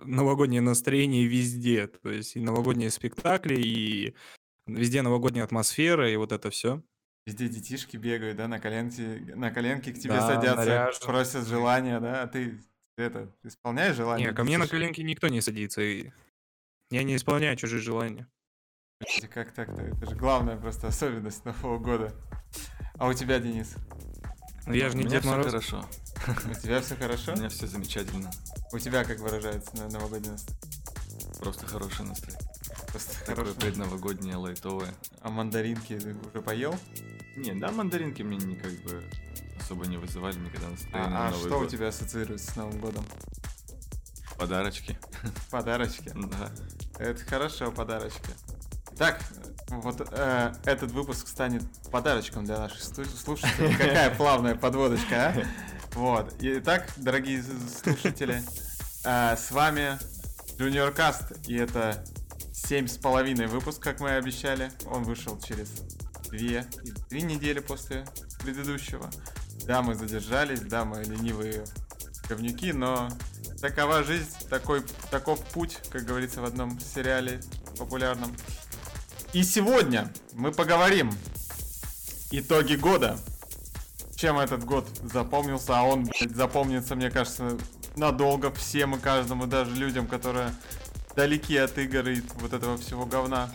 новогоднее настроение везде. То есть и новогодние спектакли, и везде новогодняя атмосфера, и вот это все. Везде детишки бегают, да, на коленки к тебе Да, садятся, наряжены просят все. желания, да, а ты исполняешь Не, желания ко мне на детишек? коленки никто не садится, и я не исполняю чужие желания. Как так-то? Это же главная просто особенность Нового года. А у тебя, Денис? Но я же У не меня Дед все Мороз. хорошо. У тебя все У хорошо? меня все замечательно. У тебя как выражается на новогодний настроение? Просто хорошее настроение. Просто Такое хорошо. предновогоднее, лайтовое. А мандаринки ты уже поел? Не, да, мандаринки мне не как бы особо не вызывали никогда настроение на А Новый что у год. тебя ассоциируется с Новым годом? Подарочки. Подарочки. Да. Это хорошо, подарочки. Так, вот этот выпуск станет подарочком для наших слушателей. Какая плавная подводочка, а? Вот. Итак, дорогие слушатели, с вами Junior Cast, и это 7,5 выпуск, как мы и обещали. Он вышел через 3 недели после предыдущего. Да, мы задержались, да, мы ленивые говнюки, но такова жизнь, таков путь, как говорится в одном сериале популярном. И сегодня мы поговорим итоги года. Чем этот год запомнился, а он, блядь, запомнится, мне кажется, надолго всем и каждому, даже людям, которые далеки от игр и вот этого всего говна.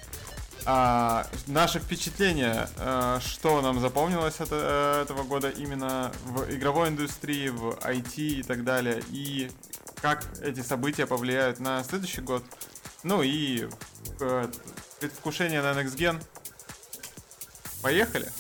Наше впечатление, что нам запомнилось от этого года именно в игровой индустрии, в IT и так далее, и как эти события повлияют на следующий год. Ну и предвкушение на Next Gen. Поехали!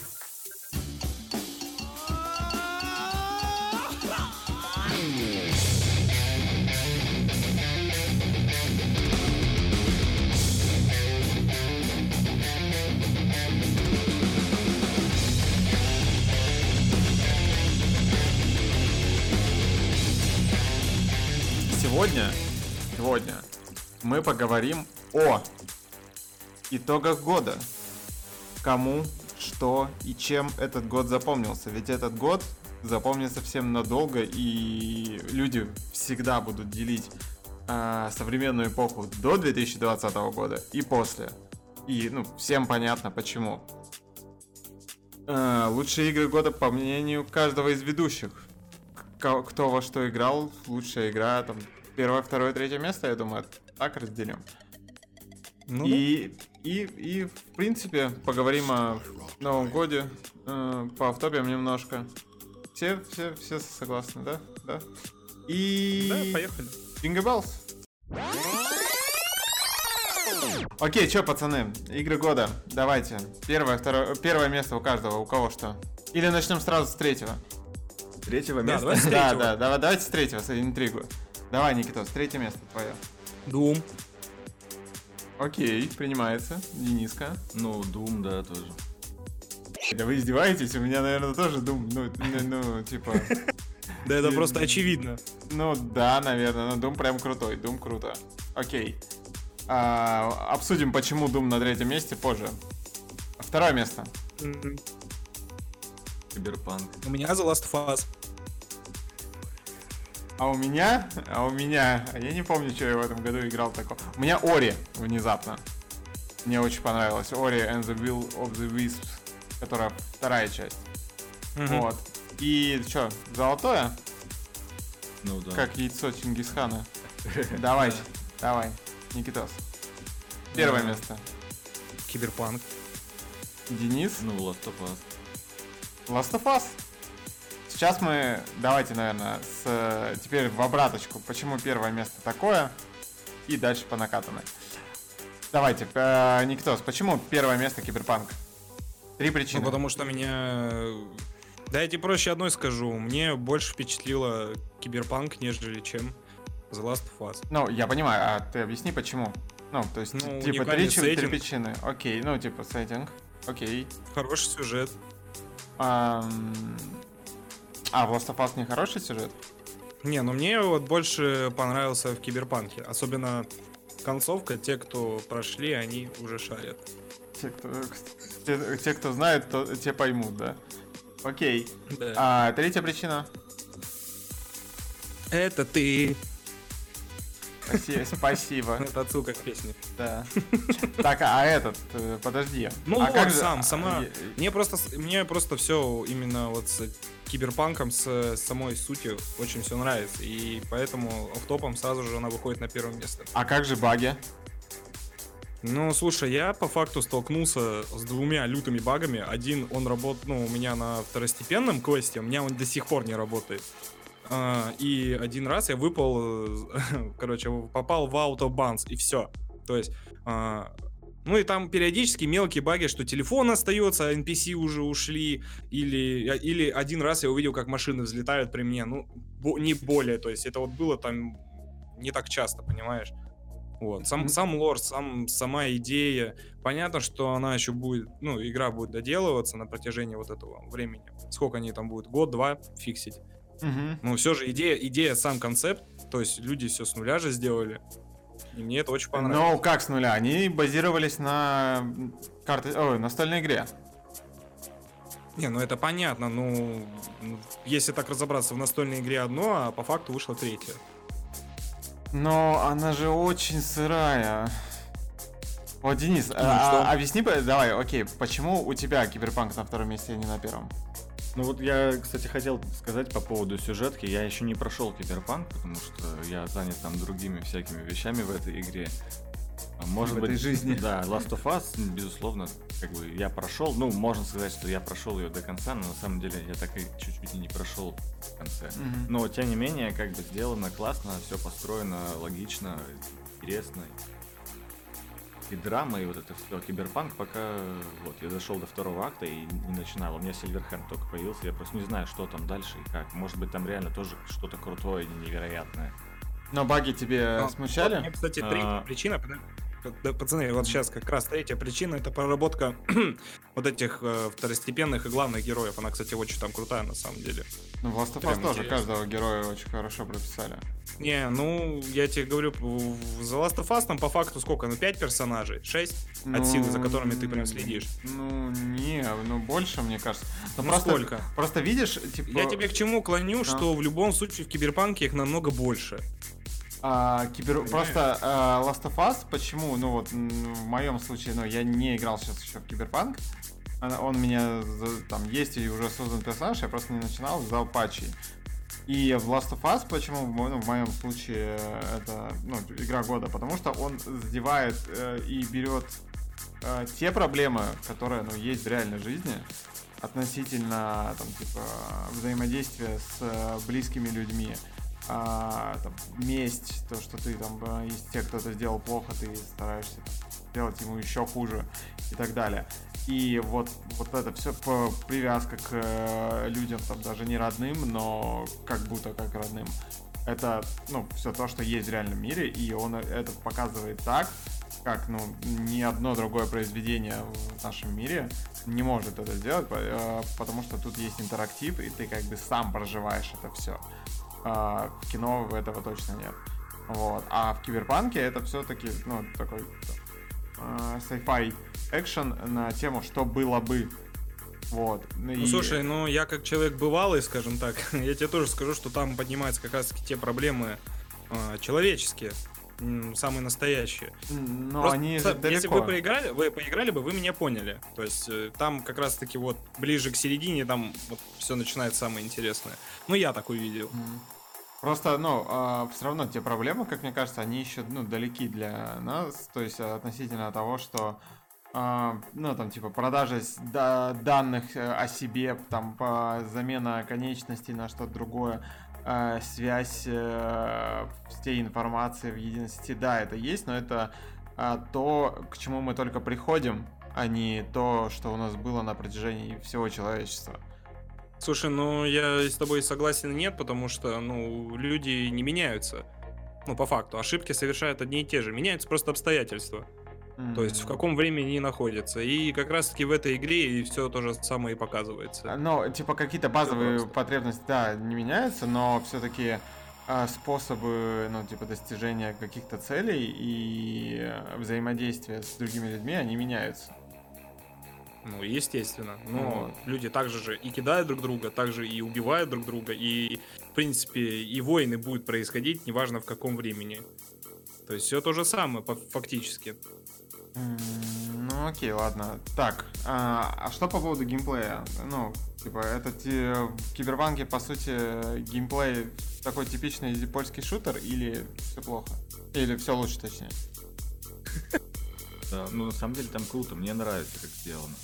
Сегодня мы поговорим о итогах года. Кому, что и чем этот год запомнился. Ведь этот год запомнится всем надолго, и люди всегда будут делить современную эпоху до 2020 года и после. И, всем понятно почему. Лучшие игры года, по мнению каждого из ведущих. Кто во что играл, лучшая игра, там, 1, 2, 3 место, я думаю, так разделим. Ну, И, в принципе, поговорим о Новом годе, поавтопим немножко. Все согласны, да? Да. И... да, поехали. Jingle Bells. Окей, чё, пацаны, игры года, давайте. Первое место у каждого, у кого что? Или начнем сразу с третьего? Третьего Да, Да, места? давай с третьего. да, давайте с третьего, с интригу. Давай, Никитос, третье место твое. Doom. Окей, принимается. Дениска. Ну, Doom, да, тоже. Да вы издеваетесь? У меня, наверное, тоже Doom. Типа... Да это просто очевидно. Ну да, наверное, но Doom прям крутой. Doom круто. Окей. Обсудим, почему Doom на третьем месте позже. Второе место. Киберпанк. У меня The Last of Us. А у меня, я не помню, что я в этом году играл такого. У меня Ori внезапно. Мне очень понравилось. Ori and the Will of the Wisps, которая вторая часть. Вот. И что, золотое? Ну да. Как яйцо Чингисхана. Давай, Никитос. Первое место. Киберпанк. Денис. Ну, Last of Us. Last of Us. Сейчас мы, давайте, наверное, теперь в обраточку. Почему первое место такое? И дальше по накатанной. Давайте, Никитос, почему первое место Киберпанк? 3 причины. Ну, потому что меня... Да, я тебе проще одной скажу. Мне больше впечатлило Киберпанк, нежели чем The Last of Us. Ну, я понимаю, а ты объясни, почему? Ну, то есть, типа, уникальный 3 сеттинг. причины. Окей, сеттинг. Окей. Хороший сюжет. В Last of Us не хороший сюжет? Не, ну мне вот больше понравился в Киберпанке. Особенно концовка. Те, кто прошли, они уже шарят. Те, кто знает, те поймут, да? Окей. Да. Третья причина. Это ты. Спасибо. Это отсылка к песне. Да. Так, а этот, подожди. Ну а вот как же- сам, а, сама. я- Мне просто все именно вот с киберпанком, с самой сутью очень все нравится. И поэтому оффтопом сразу же она выходит на первое место. А как же баги? Ну, слушай, я по факту столкнулся с двумя лютыми багами. Один, он работает, у меня на второстепенном квесте, у меня он до сих пор не работает. И один раз я выпал, короче, попал в аутобанс, и все. То есть, ну и там периодически мелкие баги, что телефон остается, а NPC уже ушли, или один раз я увидел, как машины взлетают при мне, не более, то есть это вот было там не так часто, понимаешь? Вот. Сам лор, сама идея. Понятно, что она еще будет, игра будет доделываться на протяжении вот этого времени. Сколько они там будут? Год-два фиксить. Мгм. Но все же идея, сам концепт, то есть люди все с нуля же сделали. И мне это очень понравилось. Ну, как с нуля? Они базировались на настольной игре. Не, это понятно, если так разобраться, в настольной игре одно, а по факту вышло третье. Но она же очень сырая. Вот, Денис, что? объясни, давай, окей, почему у тебя Киберпанк на втором месте, а не на первом? Ну вот я, кстати, хотел сказать по поводу сюжетки. Я еще не прошел Киберпанк, потому что я занят там другими всякими вещами в этой игре. Может В быть, этой жизни. Да, Last of Us, безусловно, я прошел. Ну, можно сказать, что я прошел ее до конца, но на самом деле я так и чуть-чуть и не прошел в конце. Мгм. Но тем не менее, сделано классно, все построено логично, интересно. И драма, и вот это все. Киберпанк пока я дошел до второго акта и не начинал. У меня Silverhand только появился, я просто не знаю, что там дальше и как. Может быть, там реально тоже что-то крутое и невероятное. Но баги тебе смущали? Вот мне, кстати, А. третья причина, да, пацаны, вот сейчас как раз третья причина — это проработка вот этих второстепенных и главных героев. Она, кстати, очень там крутая на самом деле. Ну, в Last of Us Прям тоже интересно. каждого героя очень хорошо прописали. Не, я тебе говорю, в The Last of Us там по факту сколько? 5 персонажей? 6? От силы, за которыми ты прям следишь. Больше, мне кажется. Но Ну, просто, сколько? Просто видишь, типа... Я тебе к чему клоню, что в любом случае в Киберпанке их намного больше. Просто Last of Us, почему, в моем случае, я не играл сейчас еще в Киберпанк, он у меня, там, есть и уже создан персонаж, я просто не начинал, ждал патчей. И в Last of Us, почему, в моем случае, это, игра года, потому что он задевает и берет те проблемы, которые, есть в реальной жизни, относительно, там, типа, взаимодействия с близкими людьми. Месть, то, что ты там, есть те, кто-то сделал плохо, ты стараешься сделать ему еще хуже и так далее. И вот это все привязка к людям, там, даже не родным, но как будто как родным. Это, все то, что есть в реальном мире, и он это показывает так, как, ни одно другое произведение в нашем мире не может это сделать, потому что тут есть интерактив, и ты как бы сам проживаешь это все. В кино этого точно нет. Вот. А в Киберпанке это все-таки, такой sci-fi экшен на тему, что было бы. Вот. Слушай, я как человек бывалый, скажем так, я тебе тоже скажу, что там поднимаются как раз-таки те проблемы человеческие, самые настоящие. Но Просто, они же далеко. если бы вы поиграли бы, вы меня поняли. То есть там как раз-таки вот ближе к середине там вот все начинает самое интересное. Я так увидел. Просто, все равно те проблемы, как мне кажется, они еще, далеки для нас. То есть относительно того, что, там, типа, продажа данных о себе, там, замена конечностей на что-то другое, связь всей информации в единости. Да, это есть, но это то, к чему мы только приходим, а не то, что у нас было на протяжении всего человечества. Слушай, я с тобой согласен нет, потому что, люди не меняются. По факту, ошибки совершают одни и те же. Меняются просто обстоятельства. То есть в каком времени они находятся. И как раз-таки в этой игре и все то же самое и показывается. Типа какие-то базовые потребности, да, не меняются, но все-таки способы, типа достижения каких-то целей и взаимодействия с другими людьми, они меняются. Естественно. Но люди также же и кидают друг друга, также и убивают друг друга. И, в принципе, и войны будут происходить, неважно в каком времени. То есть все то же самое фактически. Ну окей, ладно. Так, а что по поводу геймплея? Ну, типа, это в Киберпанке, по сути, геймплей такой типичный польский шутер, или все плохо? Или все лучше, точнее? Да, ну на самом деле там круто, мне нравится, как сделано.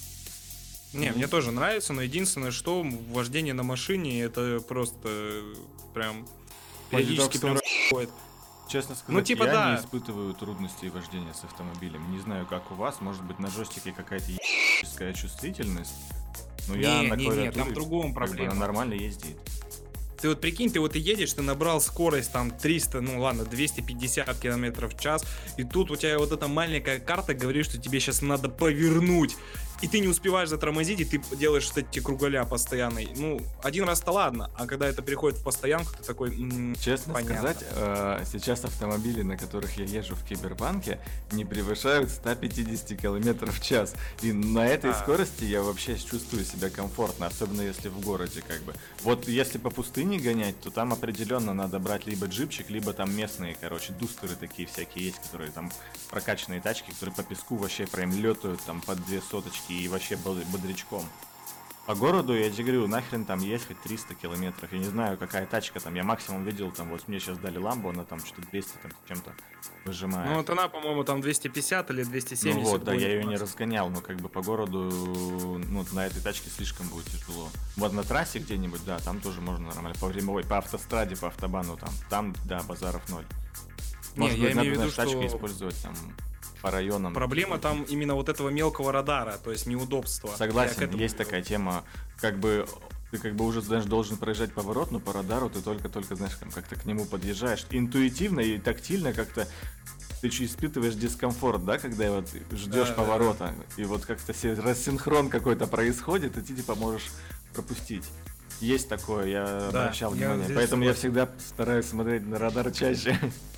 Не, мне тоже нравится, но единственное, что вождение на машине, это просто прям периодически прям ходит. Честно сказать, Ну, типа, я да. не испытываю трудностей вождения с автомобилем. Не знаю, как у вас, может быть, на джойстике какая-то ебическая чувствительность, но я на клавиатуре там в другом как бы проблема. она нормально ездит. Ты вот прикинь, ты вот и едешь, ты набрал скорость там 300, ну ладно, 250 км в час, и тут у тебя вот эта маленькая карта говорит, что тебе сейчас надо повернуть, и ты не успеваешь затормозить, и ты делаешь вот эти круголя постоянные. Ну, один раз-то ладно, а когда это переходит в постоянку, ты такой... Честно понятно. сказать, сейчас автомобили, на которых я езжу в Киберпанке, не превышают 150 км в час. И на этой скорости я вообще чувствую себя комфортно, особенно если в городе как бы. Вот если по пустыне гонять, то там определенно надо брать либо джипчик, либо там местные, короче, дустеры такие всякие есть, которые там прокачанные тачки, которые по песку вообще прям летают там под 2 соточки и вообще бодрячком. По городу, я тебе говорю, нахрен там ехать 300 километров. Я не знаю, какая тачка там. Я максимум видел, там, вот мне сейчас дали ламбу, она там что-то 200 там чем-то выжимает. Ну, вот она, по-моему, там 250 или 270. Ну вот, да, я ее не разгонял, но как бы по городу, ну, на этой тачке слишком будет тяжело. Вот на трассе где-нибудь, да, там тоже можно нормально. По прямой, по автостраде, по автобану там, да, базаров ноль. Может я быть, надо, имею в виду, тачки что использовать там по районам. проблема там именно вот этого мелкого радара, то есть неудобства. Согласен, есть такая тема, как бы ты как бы уже, знаешь, должен проезжать поворот, но по радару ты только-только, знаешь, там как-то к нему подъезжаешь. Интуитивно и тактильно как-то ты испытываешь дискомфорт, да, когда вот ждешь поворота, и вот как-то рассинхрон какой-то происходит, и ты типа можешь пропустить. Есть такое, я обращал внимание. Поэтому я всегда стараюсь смотреть на радар чаще.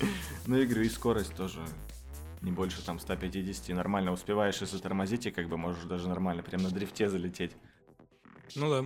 Ну и говорю, и скорость тоже не больше там 150. Нормально успеваешь, если тормозить, и как бы можешь даже нормально прям на дрифте залететь. Ну да.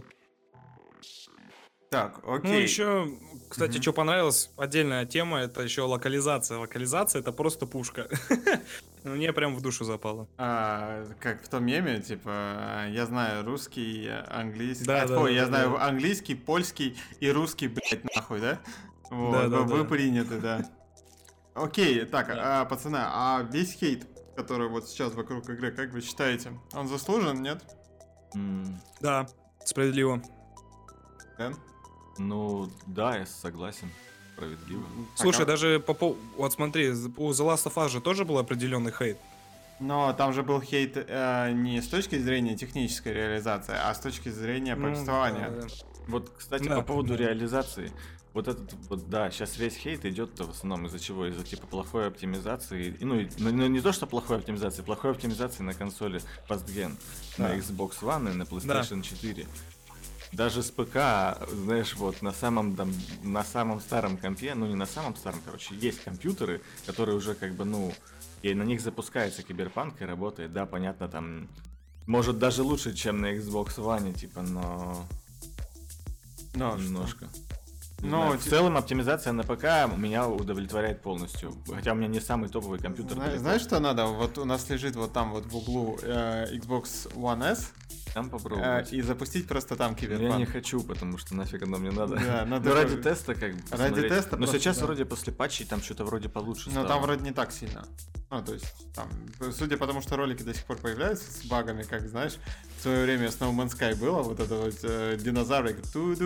Так, окей. Ну, еще, кстати, что понравилось, отдельная тема, это еще локализация. Локализация — это просто пушка. Мне прям в душу запало. Как в том меме, типа, я знаю русский, английский. Я знаю английский, польский и русский, блять, нахуй, да? Вот, вы приняты, да. Окей, так, пацаны, а весь хейт, который вот сейчас вокруг игры, как вы считаете, он заслужен, нет? Да, справедливо. Дэн? Ну, да, я согласен. Справедливо. Слушай, даже вот смотри, у The Last of Us же тоже был определенный хейт. Но там же был хейт не с точки зрения технической реализации, а с точки зрения повествования. Вот, кстати, по поводу реализации. Вот этот, вот, да, сейчас весь хейт идет в основном из-за чего? Из-за типа плохой оптимизации. Ну, не то, что плохой оптимизации на консоли Postgen, на Xbox One и на PlayStation 4. Даже с ПК, знаешь, вот на самом старом компе, ну не на самом старом, короче, есть компьютеры, которые уже как бы, ну, и на них запускается Киберпанк и работает, да, понятно, там, может даже лучше, чем на Xbox One, типа, но немножко. Но в целом оптимизация на ПК меня удовлетворяет полностью, хотя у меня не самый топовый компьютер. Знаешь, что надо? Вот у нас лежит вот там вот в углу Xbox One S. Там попробовать. И запустить просто там Киберпанк. Я не хочу, потому что нафиг оно мне надо. Да, надо. Ну, ради теста как бы. Ради теста. Но сейчас вроде после патчей там что-то вроде получше стало. Но там вроде не так сильно. Ну, то есть, там, судя по тому, что ролики до сих пор появляются с багами, как, знаешь, в свое время с No Man's Sky было, вот это вот динозаврик.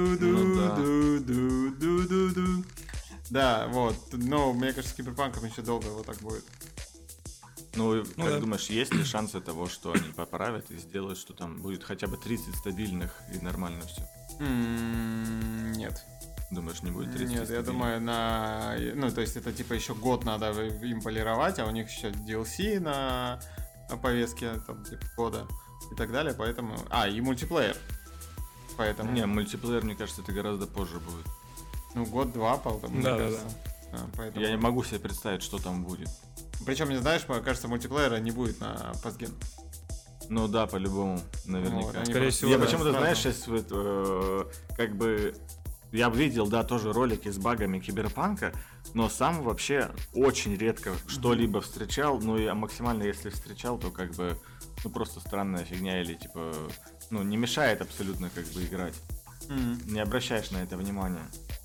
Ту-ду-ду-ду-ду-ду-ду-ду. Да, вот. Но мне кажется, с Киберпанком еще долго вот так будет. Ну, как думаешь, есть ли шансы того, что они поправят и сделают, что там будет хотя бы 30 стабильных и нормально все? Нет. Думаешь, не будет 30 Нет, стабильных? я думаю, ну, то есть это типа еще год надо им полировать, а у них еще DLC на повестке, там, типа, года и так далее, поэтому... и мультиплеер. Поэтому... Не, мультиплеер, мне кажется, это гораздо позже будет. Ну, год-два, мне кажется. Поэтому... Я не могу себе представить, что там будет. Причем, не знаешь, мне кажется, мультиплеера не будет на Postgen. Ну да, по-любому, наверняка. Вот, скорее всего, я почему-то, знаешь, сейчас как бы... Я видел, да, тоже ролики с багами Киберпанка, Но сам вообще очень редко что-либо встречал, ну и максимально если встречал, то как бы, ну просто странная фигня или типа, ну не мешает абсолютно как бы играть. Не обращаешь на это внимания.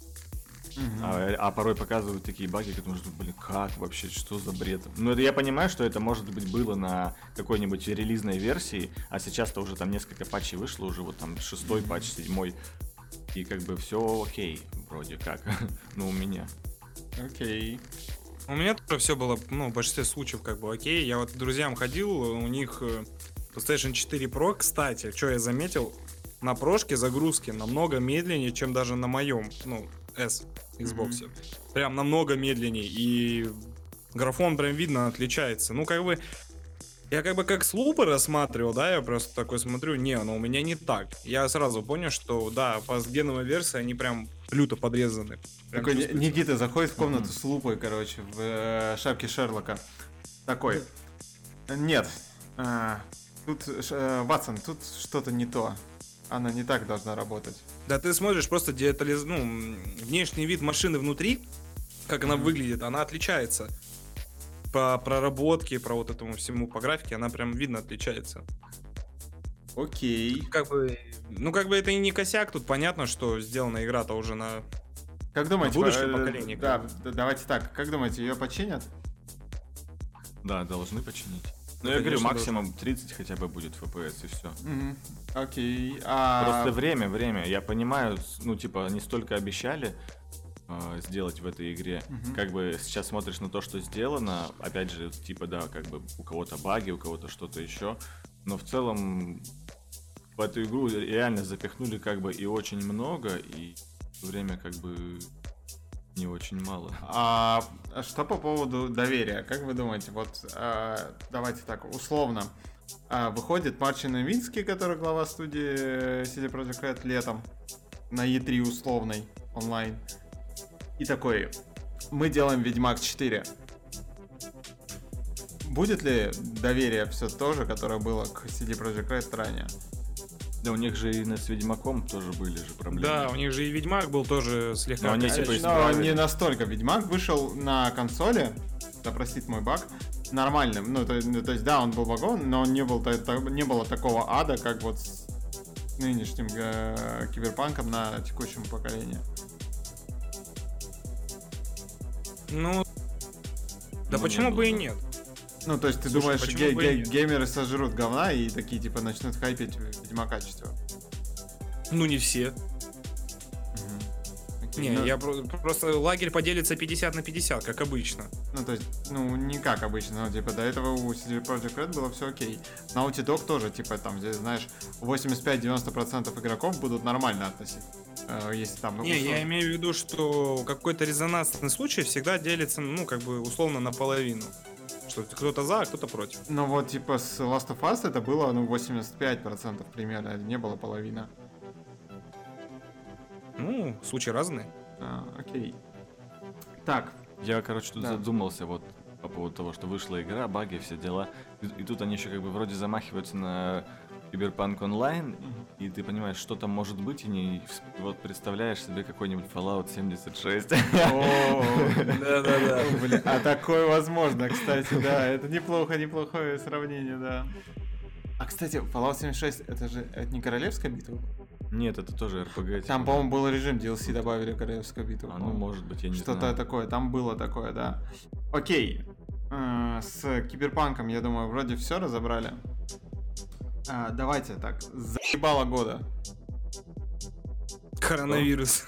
А порой показывают такие баги, которые, блин, как вообще, что за бред? Ну, это я понимаю, что это, может быть, было на какой-нибудь релизной версии, а сейчас-то уже там несколько патчей вышло, уже вот там 6-й патч, 7-й, и как бы все окей, вроде как, ну, у меня. Окей. У меня тоже все было, ну, в большинстве случаев как бы окей. Я вот к друзьям ходил, у них PlayStation 4 Pro, кстати, что я заметил, на прошке загрузки намного медленнее, чем даже на моем, ну, S Xbox. Прям намного медленнее. И графон прям видно отличается. Ну, как бы, я как бы как с лупы рассматривал, да, я просто такой смотрю, не, ну у меня не так. Я сразу понял, что, да, фастгеновые версии, они прям люто подрезаны. Прям Такой чувствуется. Никита заходит в комнату с лупой, короче, в шапке Шерлока. Такой. Нет. Тут, Ватсон, тут что-то не то. Она не так должна работать. Да ты смотришь просто внешний вид машины внутри, как она выглядит, она отличается. По проработке, по вот этому всему, по графике, она прям видно отличается. Окей. Как бы это и не косяк, тут понятно, что сделана игра-то уже на Как думаете, будущее поколение. Да, давайте так. Как думаете, ее починят? Да, должны починить. Ну, Ну, я говорю, конечно, максимум 30 хотя бы будет FPS и все. Окей. Просто время. Я понимаю, ну, типа, они столько обещали сделать в этой игре. Как бы сейчас смотришь на то, что сделано, опять же, типа, да, как бы у кого-то баги, у кого-то что-то еще. Но в целом в эту игру реально запихнули как бы и очень много, и в то время как бы не очень мало. А что по поводу доверия? Как вы думаете, вот давайте так, условно, выходит Марчин Новинский, который глава студии CD Projekt Red летом на E3 условной онлайн, и такой: мы делаем Ведьмак 4. Будет ли доверие все то же, которое было к CD Projekt Red ранее? Да, у них же и с Ведьмаком тоже были же проблемы. Да, у них же и Ведьмак был тоже слегка. Но они типа Но исправили. не настолько. Ведьмак вышел на консоли, да простит мой баг, нормальным. Ну, то есть, да, он был багован, но не было такого ада, как вот с нынешним киберпанком на текущем поколении. Ну, да Ну, почему не бы и было. нет? Ну, то есть, ты Слушай, думаешь, почему бы и нет? геймеры сожрут говна и такие, типа, начнут хайпить Ведьмака 4? Ну, не все. Окей, Не, ну, я просто лагерь поделится 50 на 50, как обычно. Ну, то есть, ну, не как обычно, ну, типа, до этого у CD Projekt Red было все окей. Naughty Dog тоже, типа, там, здесь, знаешь, 85-90% игроков будут нормально относить. Если там, ну, Не, условно- я имею в виду, что какой-то резонансный случай всегда делится, ну, как бы, условно, наполовину. Что кто-то за, а кто-то против. Ну, вот, типа, с Last of Us это было, ну, 85% примерно, это не было половина. Ну, случаи разные. Окей. Так, Я, короче, тут Да. задумался вот по поводу того, что вышла игра, баги, все дела. И тут они еще как бы вроде замахиваются на Cyberpunk Online, и ты понимаешь, что там может быть, и не вот представляешь себе какой-нибудь Fallout 76. Да-да-да. блин, а такое возможно, кстати, да, это неплохое сравнение, да. А, кстати, Fallout 76, это не королевская битва? Нет, это тоже RPG. Там, типа. по-моему, был режим DLC, добавили королевскую битву. А, ну, по-моему. может быть, я не Что-то знаю. такое, там было такое, да. Окей. С Киберпанком, я думаю, вроде все разобрали. Давайте так, заебало года. Коронавирус.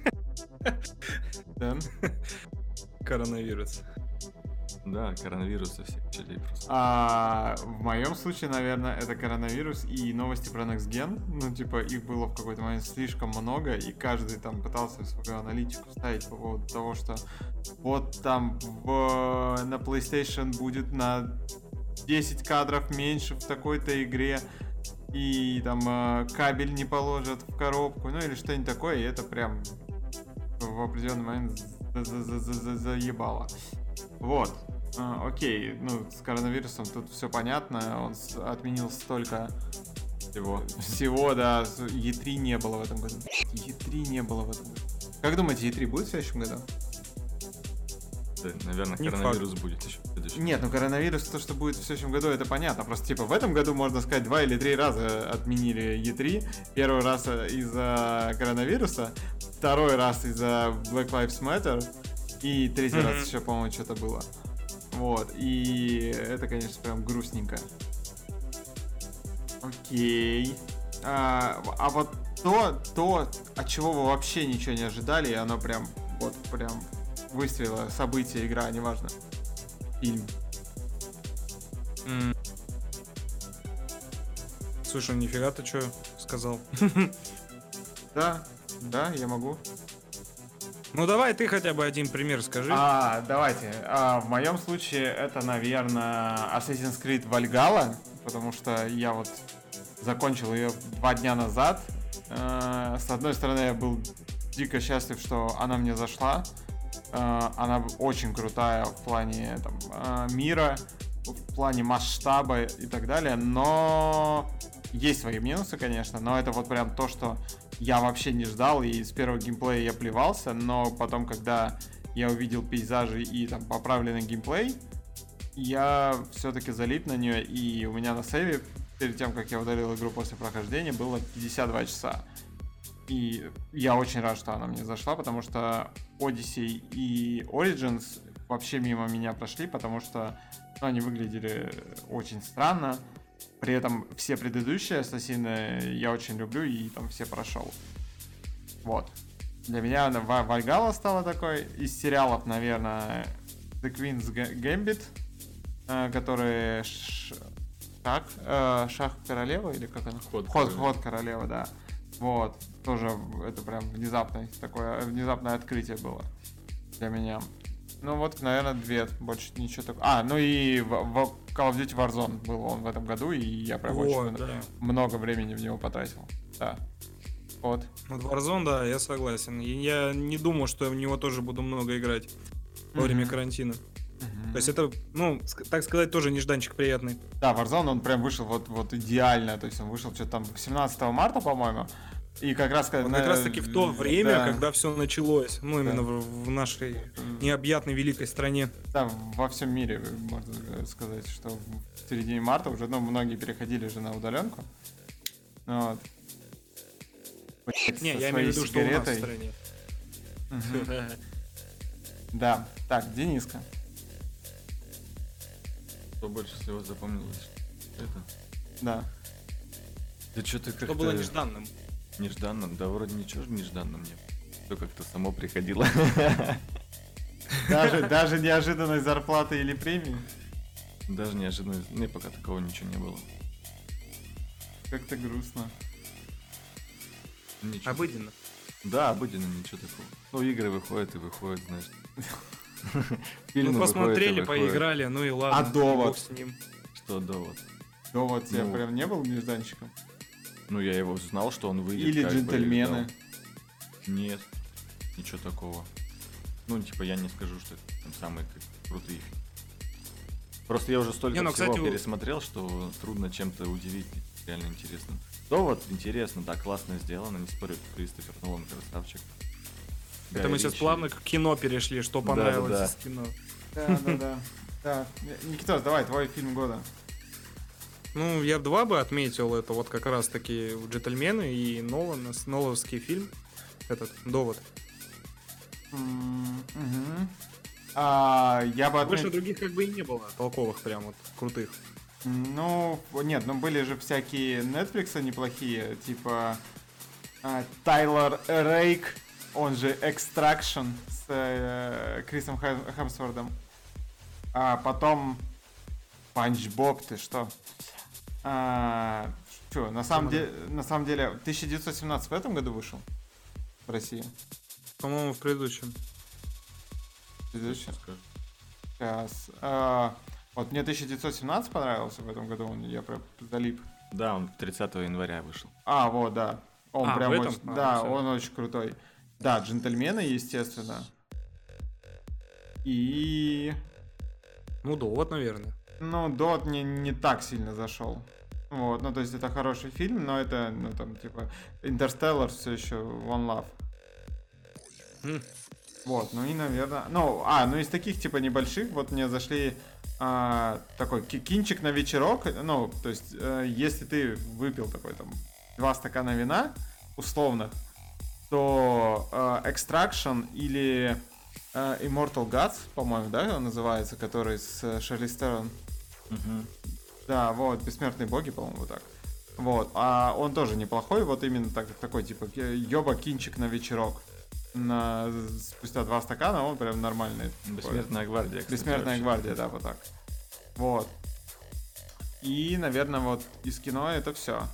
Да? Коронавирус. Да, коронавирус со всех челей просто. В моем случае, наверное, это коронавирус и новости про Next Gen. Ну, типа, их было в какой-то момент слишком много, и каждый там пытался свою аналитику ставить по поводу того, что вот там на PlayStation будет на 10 кадров меньше в такой-то игре, и там кабель не положат в коробку, ну или что-нибудь такое, и это прям в определенный момент заебало. Вот. Окей, ну с коронавирусом тут все понятно, он отменил столько всего, да, E3 не было в этом году. E3 не было в этом году. Как думаете, E3 будет в следующем году? Да, наверное, Не коронавирус будет еще в следующем. Нет, ну коронавирус, то, что будет в следующем году, это понятно. Просто, типа, в этом году, можно сказать, 2 или 3 раза отменили E3. Первый раз из-за коронавируса, второй раз из-за Black Lives Matter, и третий раз еще, по-моему, что-то было. Вот, и это, конечно, прям грустненько. Окей. А вот то, от чего вы вообще ничего не ожидали, и оно прям выстрелило, событие, игра, неважно. Фильм. Слушай, нифига ты что сказал? Да, я могу. Ну давай ты хотя бы один пример скажи. Давайте. В моем случае это, наверное, Assassin's Creed Valhalla, потому что я вот закончил ее 2 дня назад. С одной стороны, я был дико счастлив, что она мне зашла. Она очень крутая в плане мира, в плане масштаба и так далее, но есть свои минусы, конечно, но это вот прям то, что я вообще не ждал, и с первого геймплея я плевался, но потом, когда я увидел пейзажи и там поправленный геймплей, я все-таки залип на нее, и у меня на сейве, перед тем, как я удалил игру после прохождения, было 52 часа. И я очень рад, что она мне зашла, потому что Odyssey и Origins вообще мимо меня прошли, потому что они выглядели очень странно. При этом все предыдущие ассасины я очень люблю и там все прошел. Вот. Для меня Valhalla стала такой. Из сериалов, наверное, The Queen's Gambit, который Шах королевы, или как она? Ход королевы, да. Вот. Тоже это прям внезапное открытие было для меня. Ну вот, наверное, 2, больше ничего такого. Ну и в Call of Duty Warzone был он в этом году, и я прям очень много времени в него потратил. Да. Вот. Вот Warzone, да, я согласен. И я не думал, что я в него тоже буду много играть во время карантина. То есть это, так сказать, тоже нежданчик приятный. Да, Warzone, он прям вышел вот идеально. То есть он вышел что-то там 17 марта, по-моему. И как раз таки в то время, когда все началось, именно в нашей необъятной великой стране. Да, во всем мире, можно сказать, что в середине марта уже, многие переходили же на удаленку. Вот. Не, я имею в виду, что у нас в стране. Да, так, Дениска. Что больше всего запомнилось? Это? Да. Да что-то как-то... Что было нежданным? Нежданным? Да вроде ничего же нежданным нет. Все как-то само приходило. Даже неожиданной зарплаты или премии? Даже неожиданной... Мне пока такого ничего не было. Как-то грустно. Ничего. Обыденно. Да, обыденно, ничего такого. Игры выходят и выходят, знаешь. Фильмы посмотрели, поиграли, и ладно. А Довод? С ним. Что Довод? Довод тебе прям не был нежданчиком? Я его знал, что он выйдет. Или Джентльмены? Нет, ничего такого. Я не скажу, что это там самые крутые. Просто я уже столько всего пересмотрел, что трудно чем-то удивить. Реально интересно. Довод интересно, да, классно сделано, не спорю, Кристофер Нолан красавчик. Это мы сейчас плавно к кино перешли, что понравилось из кино. Да. Никитос, давай, твой фильм года. Я 2 бы отметил, это вот как раз таки «Джентльмены» и Нолановский фильм, этот «Довод». Я бы Больше других как бы и не было толковых прям вот крутых. Нет, были же всякие Netflix неплохие, типа Тайлер Рейк, он же Extraction с Крисом Хемсвордом. А потом Панч Боб, ты что? На самом деле, 1917 в этом году вышел в России? По-моему, в предыдущем. Сейчас. Вот мне 1917 понравился в этом году, я прям залип. Да, он 30 января вышел. Вот, да. Он прям очень, он очень крутой. Да, «Джентльмены», естественно. И... «Довод», наверное. «Довод» мне не так сильно зашел. Вот, то есть это хороший фильм, но это, «Интерстеллар» все еще One Love. Вот, ну и, наверное... Ну, из таких, типа, небольших, вот мне зашли такой кинчик на вечерок. Ну, то есть, если ты выпил такой, там, 2 стакана вина, условно, то Extraction или Immortal Gods, по-моему, да, он называется, который с Шарлиз Терон. Да, вот, Бессмертные боги, по-моему, вот так. Вот, а он тоже неплохой, вот именно такой, типа, ёба кинчик на вечерок. Спустя 2 стакана он прям нормальный. Бессмертная гвардия, кстати, Бессмертная вообще. гвардия, да, вот так. Вот. И, наверное, вот из кино это все.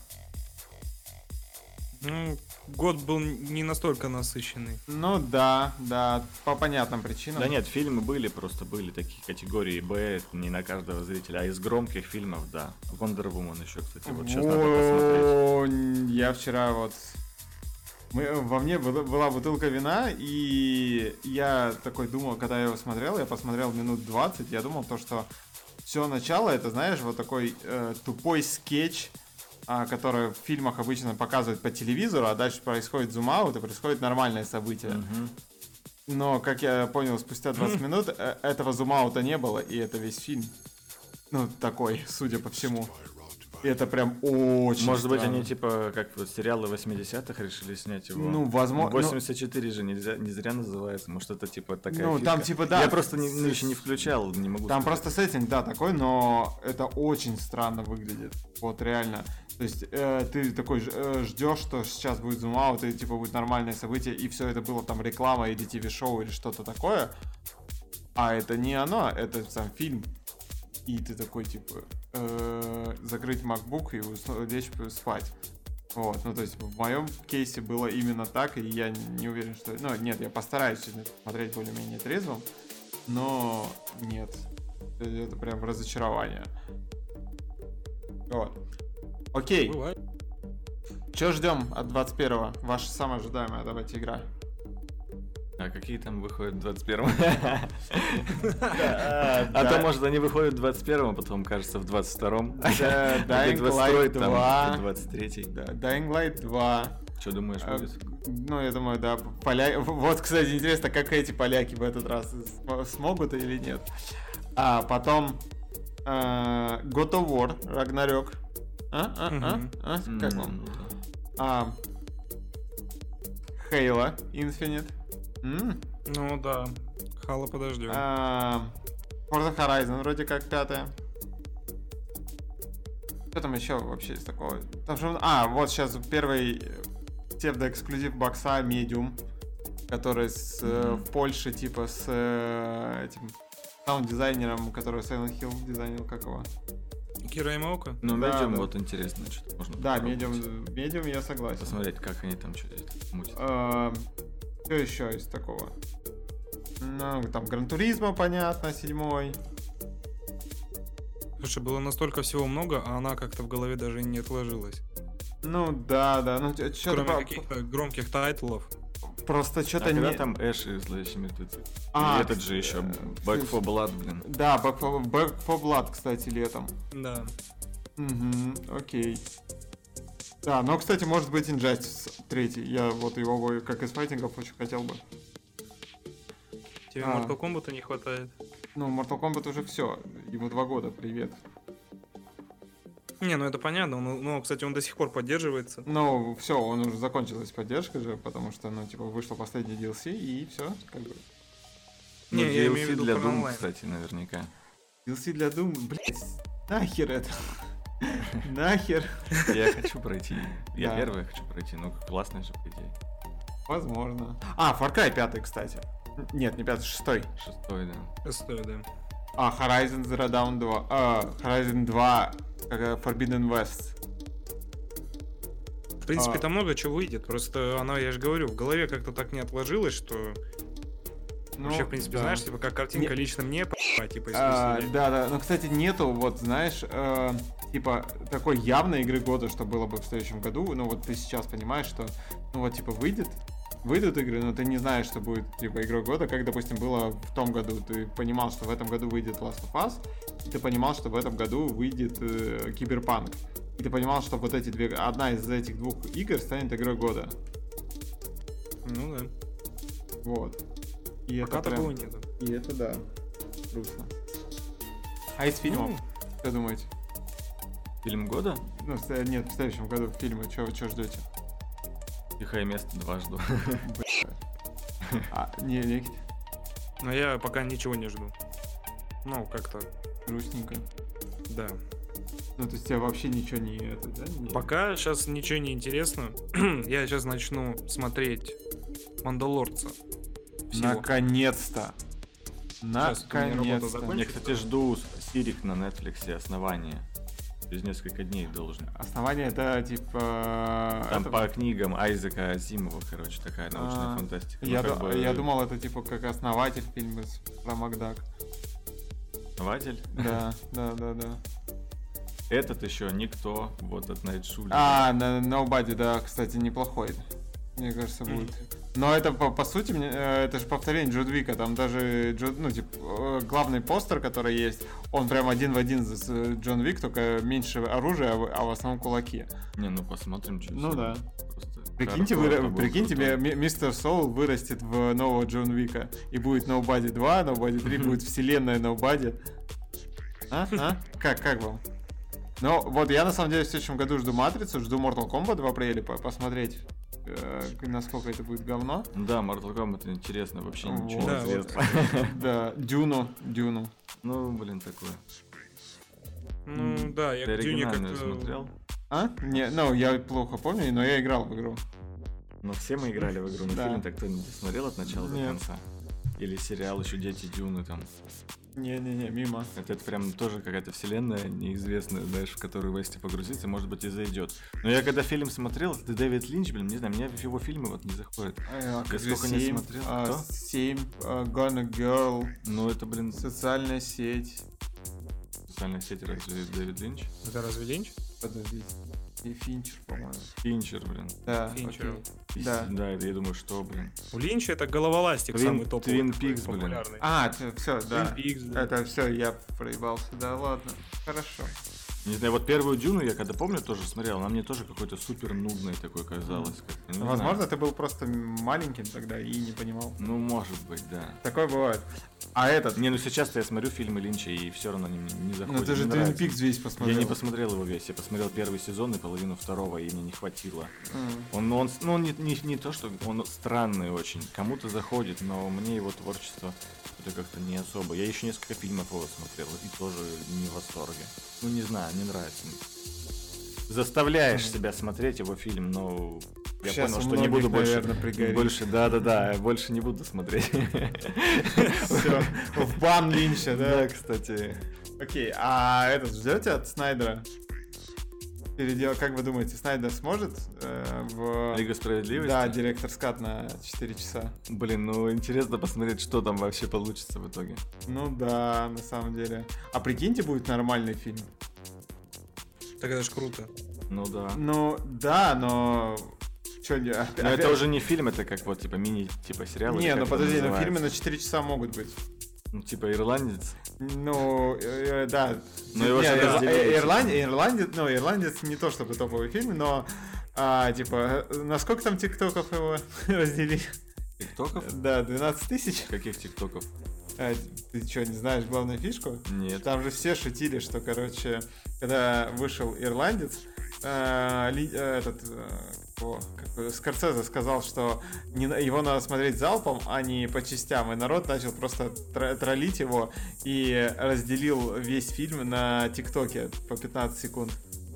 Ну, год был не настолько насыщенный. Ну да, по понятным причинам. Да нет, фильмы были такие категории Б, это не на каждого зрителя, а из громких фильмов, да. Wonder Woman еще, кстати, вот сейчас надо посмотреть. Я вчера вот... Во мне была бутылка вина, и я такой думал, когда я его смотрел, я посмотрел минут 20, я думал то, что все начало, это, знаешь, вот такой тупой скетч, который в фильмах обычно показывают по телевизору, а дальше происходит зум-аут и происходит нормальное событие. Но, как я понял, спустя 20 минут этого зум-аута не было, и это весь фильм. Ну, такой, судя по всему. И это прям очень Может странно. быть, они типа, как вот сериалы 80-х решили снять его. Ну, возможно. 84 же не зря называется. Может, это типа такая Ну, фишка. там типа, да. Я просто еще не включал, не могу Там сказать. просто сеттинг, да, такой, но это очень странно выглядит. Вот реально. То есть ты такой ждешь, что сейчас будет зум-аут, и типа будет нормальное событие, и все это было там реклама или ТВ-шоу или что-то такое. А это не оно, это сам фильм. И ты такой, типа, закрыть MacBook и лечь спать. Вот, ну то есть в моем кейсе было именно так, и я не уверен, что... Ну, нет, я постараюсь смотреть более-менее трезвым, но нет. Это прям разочарование. Вот. Окей. Бывает. Что ждем от 21-го? Ваша самая ожидаемая, давайте, игра. А какие там выходят в 21-м? А то, может, они выходят в 21-м, а потом, кажется, в 22-м. Dying Light 2. 23-й. Dying Light 2. Что думаешь, будет? Ну, я думаю, да. Вот, кстати, интересно, как эти поляки в этот раз смогут или нет. А потом God of War, Ragnarok. Как вам? Halo Infinite. Ну да, Хала подождем. Forza Horizon вроде как 5-я. Что там еще вообще из такого? Там же... вот сейчас первый псевдоэксклюзив бокса Medium, который в Польше, типа, с этим саунд-дизайнером, который Silent Hill дизайнил, как его? Кира Ямаока? Ну, Да, Medium да. вот интересно, что можно Да, попробовать. Medium я согласен. Посмотреть, как они там что-то мутят. Что еще из такого? Ну, там Гран Туризмо, понятно, 7-й. Слушай, было настолько всего много, а она как-то в голове даже и не отложилась. Ну да, ну что-то Кроме каких-то громких тайтлов. просто что-то А не... когда там Эш и Зловещие мертвецы? А, И этот же еще, Back 4 Blood, блин. Да, Back 4 Blood, кстати, летом. Да. Угу, окей. Да, но, кстати, может быть Injustice 3. Я вот его как из файтингов очень хотел бы. Тебе Mortal Kombat не хватает. Ну, Mortal Kombat уже все. Ему 2 года, привет. Не, ну это понятно, но, кстати, он до сих пор поддерживается. Ну, все, он уже закончилась поддержка же, потому что, ну, типа, вышло последний DLC, и все, как бы. Не, Ну, я имею в DLC виду для про Doom, онлайн. кстати, наверняка. DLC для Doom, блять, нахер это? Нахер? Я хочу пройти. Я Да. первый хочу пройти, ну классный же, по идее. Возможно. Far Cry 5, кстати. Нет, не 5, 6. 6-й, да. Стоит, да. Horizon Zero Dawn 2. Horizon 2 Forbidden West. В принципе, там много чего выйдет. Просто она, я же говорю, в голове как-то так не отложилось, что вообще, в принципе, да. знаешь, типа, как картинка Не- лично мне, типа, если Да. Ну, кстати, нету, вот, знаешь, типа, такой явной игры года, что было бы в следующем году. Ну, вот ты сейчас понимаешь, что, ну, вот, типа, выйдут игры, но ты не знаешь, что будет, типа, игрой года, как, допустим, было в том году. Ты понимал, что в этом году выйдет Last of Us, и ты понимал, что в этом году выйдет Киберпанк. И ты понимал, что вот одна из этих 2 игр станет игрой года. Ну да. Вот. И Пока это такого прям... нету. И это да. Грустно. А из фильмов? Что думаете? Фильм года? Ну, нет, в следующем году фильмы. Что ждете? Тихое место 2 жду. Не, Никит, Но я пока ничего не жду. Ну, как-то, грустненько. да. Ну, то есть тебя вообще ничего не... Это, да? Пока сейчас ничего не интересно. Я сейчас начну смотреть «Мандалорца». Всего. Наконец-то! Сейчас у меня работа Наконец-то! закончится. Я, кстати, жду Сирик на Netflix «Основание». Через несколько дней должен. Основание это типа... Там это- по книгам Айзека Азимова, короче, такая научная фантастика. Ну, Я, как бы я думал, это типа как основатель фильма про Макдак. Основатель. Да. Этот еще никто. Вот от Найт Шули. Nobody, да, кстати, неплохой. Мне кажется, будет. Но это по сути, это же повторение Джон Уика. Там даже главный постер, который есть, он прям один в один с Джон Уик, только меньше оружия, а в основном кулаки. Не, ну посмотрим, что. Ну да. Просто Прикиньте, хардкор-то был прикиньте, крутой. Мистер Соул вырастет в нового Джон Уика. И будет Nobody 2, Nobody 3, будет вселенная Nobody. Как вам? Ну, вот я на самом деле в следующем году жду Матрицу, жду Mortal Kombat в апреле посмотреть, насколько это будет говно. Да, Mortal Kombat интересно, вообще ничего Вот. не Да, известно. Да, Дюну. Ну, блин, такое. Ну, да, я Ты к Дюне оригинальную как-то... смотрел? Не, ну, я плохо помню, но я играл в игру. Ну, все мы играли в игру, но Да. фильм-то кто-нибудь смотрел от начала до Нет. конца? Или сериал еще «Дети Дюны» там? Не-не-не, мимо. Это прям тоже какая-то вселенная неизвестная, знаешь, в которую если погрузиться, может быть, и зайдет. Но я когда фильм смотрел, это Дэвид Линч, блин, не знаю, меня его фильмы вот не заходят. Я сколько не смотрел. Кто? 7, Gonna Girl, Ну, это, блин, социальная сеть. социальная сеть разве Дэвид Линч? Это разве Линч? Подождите. И Финчер, по-моему. Финчер, блин. Да, Финчер. окей. Да. Да, это я думаю, что, блин. У Линча это головоластик самый топовый. Twin такой, Peaks, блин. популярный. Все, да. Twin Peaks, да. Это все, я проебался. Да ладно. Хорошо. Не знаю, вот первую Дюну я когда помню тоже смотрел, она мне тоже какой-то супер нудной такой казалась. как-то, не Возможно, знаю. ты был просто маленьким тогда и не понимал. Ну, может быть, да. Такое бывает. А этот? Не, ну сейчас-то я смотрю фильмы Линча, и все равно они мне не заходят. Ну ты же не Twin нравятся. Peaks весь посмотрел. Я не посмотрел его весь, я посмотрел первый сезон и половину второго, и мне не хватило. М. Он не то, что он странный очень, кому-то заходит, но мне его творчество это как-то не особо. Я еще несколько фильмов его смотрел, и тоже не в восторге. Ну не знаю, не нравится. Заставляешь себя смотреть его фильм, но я Щас понял, у что не буду многих, больше, наверное, пригорит. больше, да, я больше не буду смотреть. Все, в бан Линча, да? Да, кстати. Окей, а этот ждете от Снайдера? Как вы думаете, Снайдер сможет в... Лига справедливости? Да, директор скат на 4 часа. Блин, ну интересно посмотреть, что там вообще получится в итоге. Ну да, на самом деле. А прикиньте, будет нормальный фильм. Так это ж круто. Ну да. Ну да, но... Чё, Но это уже не фильм, это как вот типа мини, типа сериал. или Не, как ну это подожди, но называется? фильмы на 4 часа могут быть. Ну типа ирландец. Ну, да. Но его же разделили, Ирландец не то чтобы топовый фильм, но типа, насколько там тиктоков его разделили? Тиктоков? Да, 12 тысяч. Каких тиктоков? Ты что, не знаешь главную фишку? Нет. Там же все шутили, что, короче, когда вышел ирландец, Скорсезе сказал, что его надо смотреть залпом, а не по частям, и народ начал просто троллить его и разделил весь фильм на ТикТоке по 15 секунд.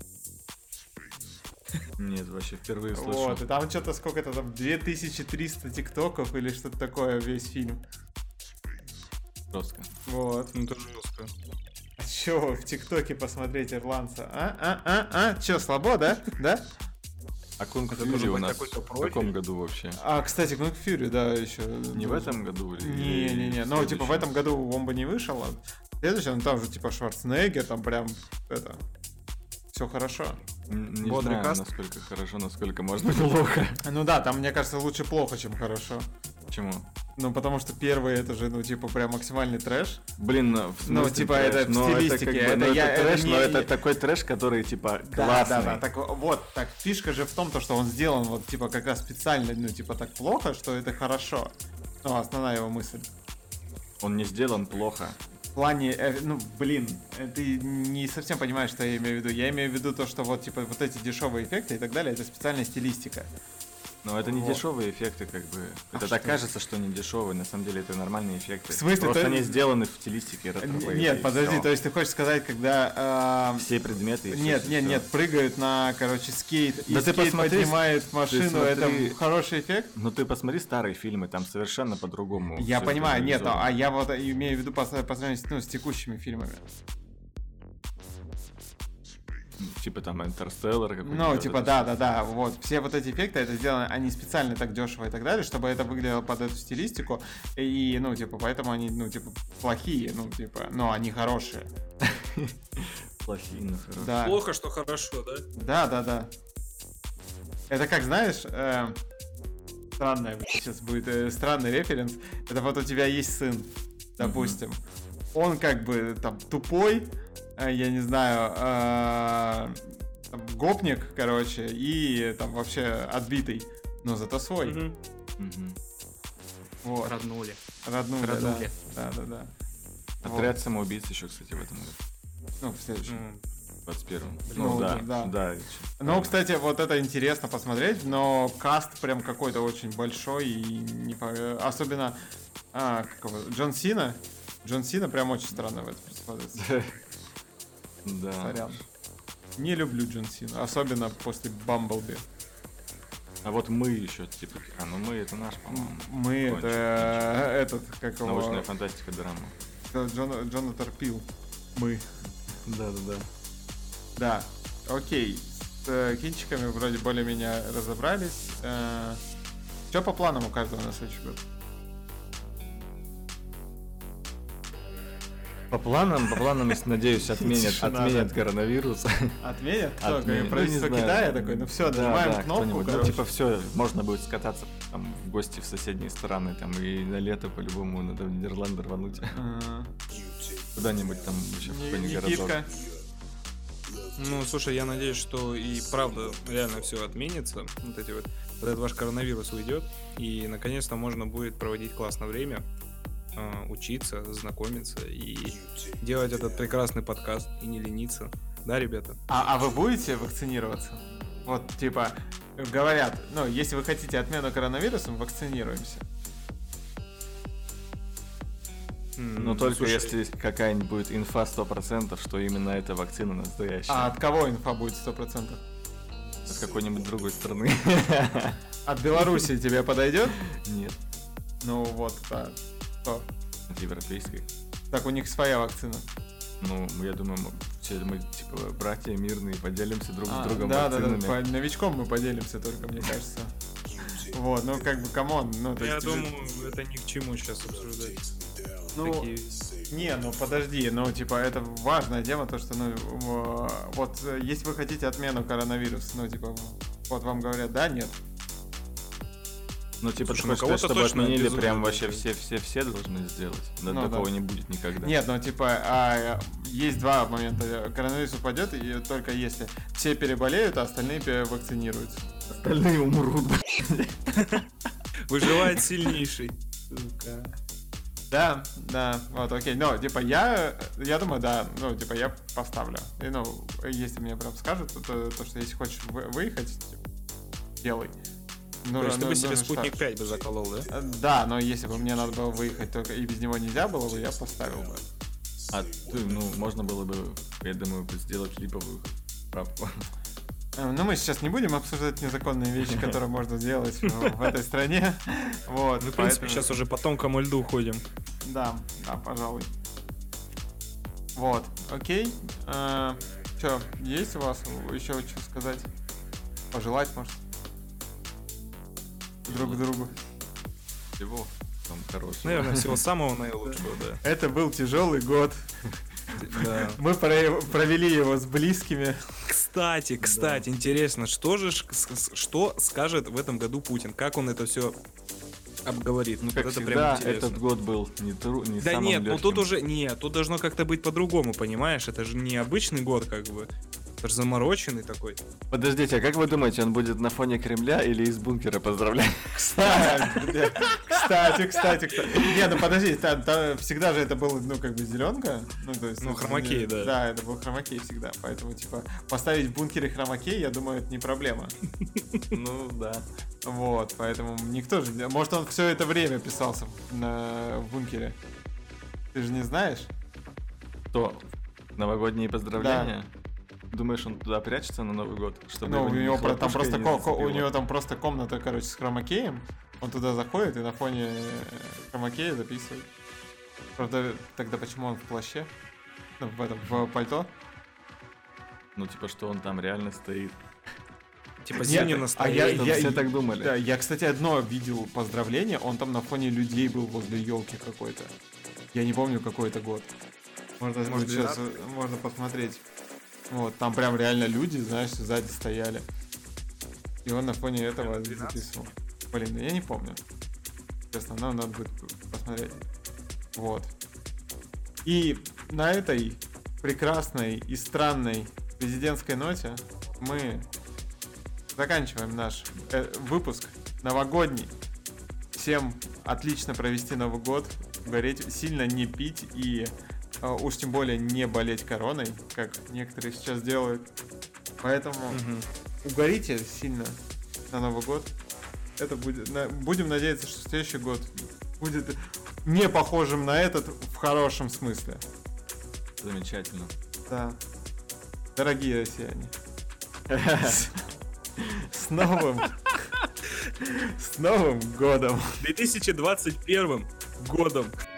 Нет, вообще впервые слышу. Вот, и там что-то сколько-то там 2300 ТикТоков или что-то такое весь фильм. Жестко. Вот. Ну это жестко. А чё, в ТикТоке посмотреть ирландца? Чё, слабо, да? Да? А Кунг Это Фьюри должен у быть нас какой-то в профиль. каком году вообще? Кстати, Кунг Фьюри, да, еще. Не в этом году? Или Не-не-не, в ну типа в следующем? этом году он бы не вышел, а в следующем, там же типа Шварценеггер, там прям это... Все хорошо. Не Бодрый знаю, каст? насколько хорошо, насколько может быть плохо. Ну да, там, мне кажется, лучше плохо, чем хорошо. Почему? Ну, потому что первый это же, ну, типа, прям максимальный трэш. Блин, в смысле типа, трэш? это в Но стилистике, как бы, это ну, я- это трэш, не- но это такой трэш, который, типа, классный. Да, так вот, так фишка же в том, то, что он сделан вот, типа, как раз специально, ну, типа, так плохо, что это хорошо. Ну, основная его мысль. Он не сделан плохо. В плане, ты не совсем понимаешь, что я имею в виду. Я имею в виду то, что вот, типа, вот эти дешевые эффекты и так далее, это специальная стилистика. Но это не Вот. дешевые эффекты, как бы. Это что? так кажется, что они дешевые, на самом деле это нормальные эффекты. В смысле, Просто то- они сделаны в стилистике ретро-вейва, Нет, и подожди, всё. то есть ты хочешь сказать, когда... Все предметы и Нет, всё. нет, прыгают на, короче, скейт, и Да ты скейт посмотри, поднимает машину, смотри. это хороший эффект? Ну ты посмотри старые фильмы, там совершенно по-другому. Я всё понимаю, нет, реализовано. а я вот имею в виду по сравнению с текущими фильмами. Типа там Интерстеллар какой-то. Ну, вот типа, это да, вот. Все вот эти эффекты, это сделано, они специально так дешево и так далее, чтобы это выглядело под эту стилистику. И, ну, типа, поэтому они, ну, типа, плохие, ну, типа, но они хорошие. всё. Плохие, но хорошие. Да. Плохо, что хорошо, да? Да. Это как, знаешь, странное, сейчас будет странный референс. Это вот у тебя есть сын, допустим. Он как бы там тупой, я не знаю, там, гопник, короче, и там вообще отбитый. Но зато свой. Мгм. Мгм. Вот. Роднули. Роднули, да. Роднули. Да. Отряд самоубийц еще, кстати, в этом году. Ну, в следующем. Ну, 21-м. Ну, Ну, да, да. да. Ну, кстати, вот это интересно посмотреть, но каст прям какой-то очень большой и особенно Джон Сина. Джон Сина прям очень странно в это смотрится. Да. Сорян. Не люблю Джон Сину, особенно после Бамблби. А вот мы еще, типа, мы это наш, по-моему. Мы Кончик, это этот, как его, Научная фантастика, драма. Джонатан Пил. Мы. Да. Да, окей. С кинчиками вроде более-менее разобрались. Что по планам у каждого на следующий год? По планам, если, надеюсь, Тишина, отменят да. коронавирус. Отменят? Кто? Отменят. Правительство Ну, не знаю. Китая такой? Ну все, нажимаем кнопку, кто-нибудь. Ну, короче. типа, все, можно будет скататься там в гости в соседние страны, там, и на лето по-любому надо в Нидерланды рвануть. Куда-нибудь там еще в какой-нибудь городок. Никитка. Ну, слушай, я надеюсь, что и правда реально все отменится. Вот этот ваш коронавирус уйдет, и наконец-то можно будет проводить классное время, учиться, знакомиться и делать этот прекрасный подкаст и не лениться. Да, ребята? А вы будете вакцинироваться? Вот, типа, говорят, ну, если вы хотите отмену коронавируса, вакцинируемся. Но только Слушай, если какая-нибудь будет инфа 100%, что именно эта вакцина настоящая. А от кого инфа будет 100%? От какой-нибудь другой страны. От Беларуси тебе подойдет? Нет. Ну вот, да. Что? От европейской. Так, у них своя вакцина. Ну, я думаю, все мы, типа, братья мирные, поделимся друг с другом Да, вакцинами. по новичком мы поделимся только, мне кажется. Вот, ну как бы, камон, ну то я есть... думаю, это ни к чему сейчас обсуждать. Ну, Такие... не, ну подожди, ну типа это важная тема, то что, ну, вот если вы хотите отмену коронавируса, ну типа, вот вам говорят, да, нет. Ну, типа, Слушай, ты ну, хочешь сказать, кого-то чтобы точно отменили безумно прям вообще должны. все должны сделать? Да, Ну, такого да. не будет никогда. Нет, ну типа, есть два момента. Коронавирус упадет, и только если все переболеют, а остальные вакцинируются. Остальные умрут. Выживает сильнейший. Да, вот, окей. Ну, типа, я думаю, да, ну, типа, я поставлю. И, ну, если мне прям скажут, то что если хочешь выехать, типа, делай. То есть ты бы себе нужен спутник штраф. 5 бы заколол, да? Да, но если бы мне надо было выехать, только и без него нельзя было бы, я поставил бы. А ты, ну, можно было бы, я думаю, сделать липовую справку. Ну, мы сейчас не будем обсуждать незаконные вещи, которые можно сделать в этой стране. Вот, Мы, в принципе, сейчас уже по тонкому льду ходим. Да, пожалуй. Вот, окей. Че, есть у вас еще что сказать? Пожелать, может? Друг другу. Всего там хорошего. Наверное, всего самого наилучшего, да. Это был тяжелый год. Да. Мы провели его с близкими. Кстати, интересно, что скажет в этом году Путин? Как он это все обговорит? Ну, как Вот это всегда, прям интересно. этот год был не Да самым нет, ну легким. тут уже, нет, тут должно как-то быть по-другому, понимаешь? Это же не обычный год, как бы. Это же замороченный такой. Подождите, а как вы думаете, он будет на фоне Кремля или из бункера поздравлять? Кстати, Кстати. Не, ну подожди, всегда же это было, ну, как бы зеленка. Ну, то есть. Ну, хромакей, да. Да, это был хромакей всегда. Поэтому, типа, поставить в бункере хромакей, я думаю, это не проблема. Ну, да. Вот, поэтому никто же... Может, он все это время писался в бункере. Ты же не знаешь? То новогодние поздравления? Думаешь, он туда прячется на Новый год? Чтобы Ну, у него там просто комната, короче, с хромакеем. Он туда заходит и на фоне хромакея записывает. Правда, тогда почему он в плаще? Ну, в пальто? Ну, типа, что он там реально стоит. Типа зимнее настроение. Все так думали. Да, я, кстати, одно видел поздравление. Он там на фоне людей был возле елки какой-то. Я не помню, какой это год. Может сейчас можно посмотреть. Вот, там прям реально люди, знаешь, сзади стояли. И он на фоне этого записывал. Блин, я не помню. Честно, нам надо будет посмотреть. Вот. И на этой прекрасной и странной президентской ноте мы заканчиваем наш выпуск новогодний. Всем отлично провести Новый год, гореть, сильно не пить и уж тем более не болеть короной, как некоторые сейчас делают. Поэтому угорите сильно на Новый год. Это будет. Будем надеяться, что следующий год будет не похожим на этот в хорошем смысле. Замечательно. Да. Дорогие россияне. С Новым годом! 2021 годом!